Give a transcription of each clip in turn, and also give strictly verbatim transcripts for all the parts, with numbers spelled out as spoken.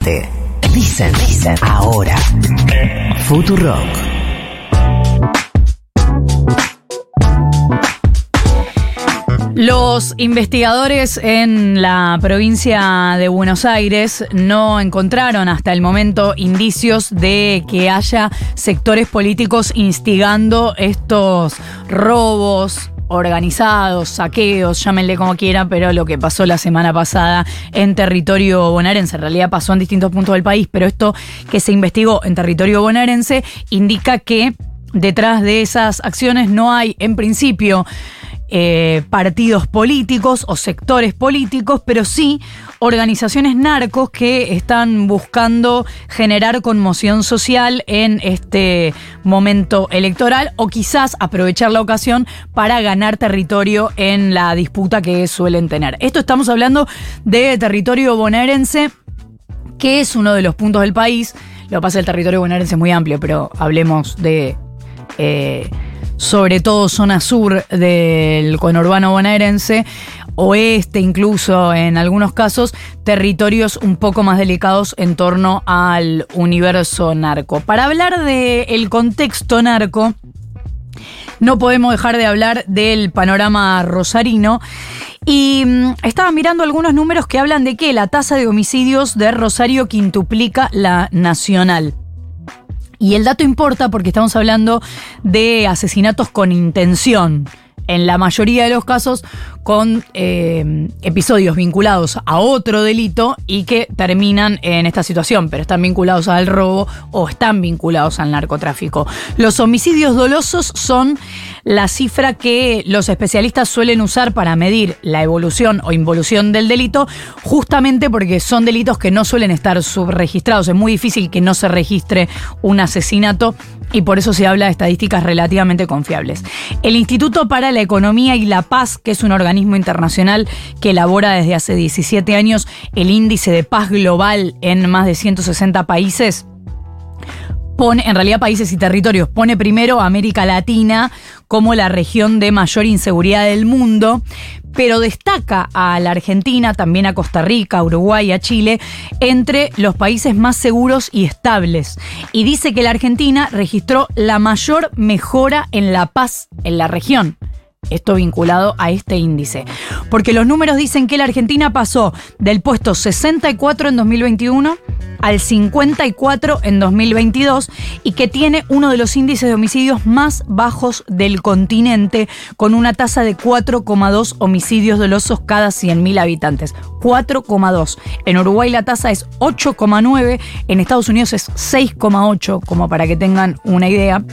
Dicen, dicen, ahora. Futurock. Los investigadores en la provincia de Buenos Aires no encontraron hasta el momento indicios de que haya sectores políticos instigando estos robos organizados, saqueos, llámenle como quieran, pero lo que pasó la semana pasada en territorio bonaerense, en realidad pasó en distintos puntos del país, pero esto que se investigó en territorio bonaerense indica que detrás de esas acciones no hay, en principio, Eh, partidos políticos o sectores políticos, pero sí organizaciones narcos que están buscando generar conmoción social en este momento electoral o quizás aprovechar la ocasión para ganar territorio en la disputa que suelen tener. Esto estamos hablando de territorio bonaerense, que es uno de los puntos del país. Lo que pasa es que el territorio bonaerense es muy amplio, pero hablemos de Eh, sobre todo zona sur del conurbano bonaerense, oeste incluso en algunos casos, territorios un poco más delicados en torno al universo narco. Para hablar del contexto narco, no podemos dejar de hablar del panorama rosarino. Y mmm, estaba mirando algunos números que hablan de que la tasa de homicidios de Rosario quintuplica la nacional. Y el dato importa porque estamos hablando de asesinatos con intención, en la mayoría de los casos con eh, episodios vinculados a otro delito y que terminan en esta situación, pero están vinculados al robo o están vinculados al narcotráfico. Los homicidios dolosos son la cifra que los especialistas suelen usar para medir la evolución o involución del delito, justamente porque son delitos que no suelen estar subregistrados. Es muy difícil que no se registre un asesinato y por eso se habla de estadísticas relativamente confiables. El Instituto para la Economía y la Paz, que es un organismo internacional que elabora desde hace diecisiete años el índice de paz global en más de ciento sesenta países, pone, en realidad países y territorios, pone primero a América Latina como la región de mayor inseguridad del mundo, pero destaca a la Argentina, también a Costa Rica, a Uruguay, a Chile, entre los países más seguros y estables. Y dice que la Argentina registró la mayor mejora en la paz en la región. Esto vinculado a este índice. Porque los números dicen que la Argentina pasó del puesto sesenta y cuatro en dos mil veintiuno al cincuenta y cuatro en dos mil veintidós y que tiene uno de los índices de homicidios más bajos del continente, con una tasa de cuatro coma dos homicidios dolosos cada cien mil habitantes. cuatro coma dos. En Uruguay la tasa es ocho coma nueve, en Estados Unidos es seis coma ocho, como para que tengan una idea.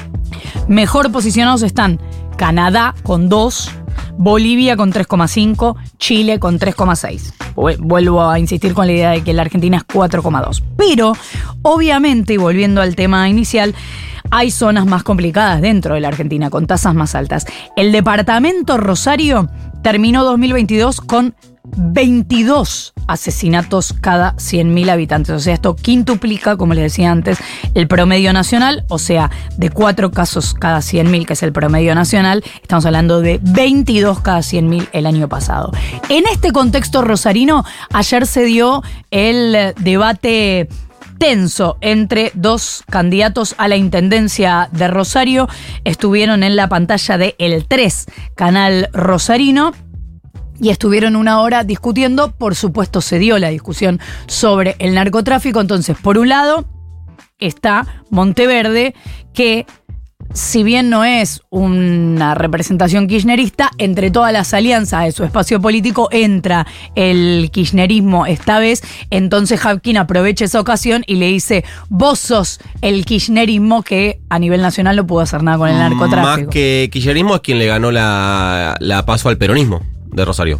Mejor posicionados están Canadá con dos, Bolivia con tres coma cinco, Chile con tres coma seis. Vuelvo a insistir con la idea de que la Argentina es cuatro coma dos. Pero, obviamente, y volviendo al tema inicial, hay zonas más complicadas dentro de la Argentina, con tasas más altas. El departamento Rosario terminó dos mil veintidós con veintidós asesinatos cada cien mil habitantes. O sea, esto quintuplica, como les decía antes, el promedio nacional. O sea, de cuatro casos cada cien mil, que es el promedio nacional, estamos hablando de veintidós cada cien mil el año pasado. En este contexto rosarino, ayer se dio el debate tenso entre dos candidatos a la intendencia de Rosario. Estuvieron en la pantalla de El tres, canal rosarino, y estuvieron una hora discutiendo. Por supuesto, se dio la discusión sobre el narcotráfico. Entonces, por un lado está Monteverde, que si bien no es una representación kirchnerista, entre todas las alianzas de su espacio político entra el kirchnerismo esta vez. Entonces Habkin aprovecha esa ocasión y le dice: vos sos el kirchnerismo que a nivel nacional no pudo hacer nada con el narcotráfico. Más que kirchnerismo es quien le ganó la, la paso al peronismo de Rosario.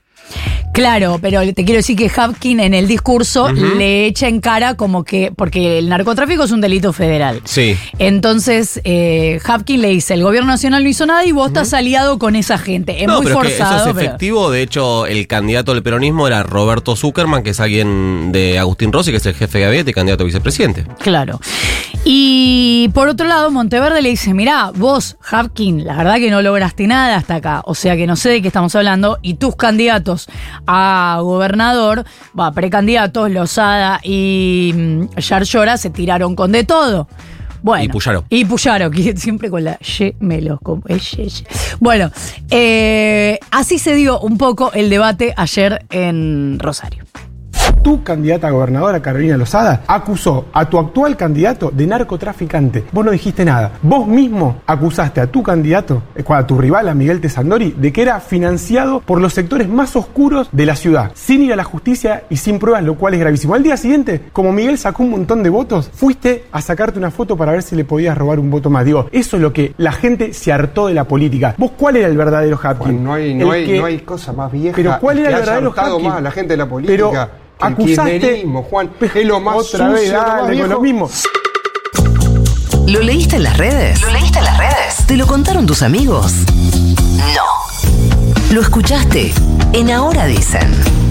Claro, pero te quiero decir que Habkin en el discurso uh-huh. le echa en cara como que, porque el narcotráfico es un delito federal. Sí. Entonces, eh, Habkin le dice: el gobierno nacional no hizo nada y vos uh-huh. estás aliado con esa gente. Es no, muy pero forzado. Es que eso es pero... efectivo. De hecho, el candidato del peronismo era Roberto Zuckerman, que es alguien de Agustín Rossi, que es el jefe de gabinete y candidato a vicepresidente. Claro. Y por otro lado, Monteverde le dice, mirá, vos, Hapkin, la verdad que no lograste nada hasta acá, o sea que no sé de qué estamos hablando, y tus candidatos a gobernador, va, precandidatos, Lozada y mm, Yarlora, se tiraron con de todo. Bueno, y Puyaro. Y Puyaro, que siempre con la ye, me lo com- eh, ye, ye. Bueno, eh, así se dio un poco el debate ayer en Rosario. Tu candidata a gobernadora, Carolina Lozada, acusó a tu actual candidato de narcotraficante. Vos no dijiste nada. Vos mismo acusaste a tu candidato, a tu rival, a Miguel Tesandori, de que era financiado por los sectores más oscuros de la ciudad, sin ir a la justicia y sin pruebas, lo cual es gravísimo. Al día siguiente, como Miguel sacó un montón de votos, fuiste a sacarte una foto para ver si le podías robar un voto más. Digo, eso es lo que la gente se hartó de la política. ¿Vos cuál era el verdadero Hapkin? No hay, no, hay, que, no hay cosa más vieja. Pero ¿cuál era que el verdadero haya hartado Hapkin? más a la gente de la política? Pero, que el acusaste, kirchnerismo, Juan, es lo más otra sucio, vez, lo más dale, con viejo. lo mismo. ¿Lo leíste en las redes? ¿Lo leíste en las redes? ¿Te lo contaron tus amigos? No. ¿Lo escuchaste? En Ahora Dicen.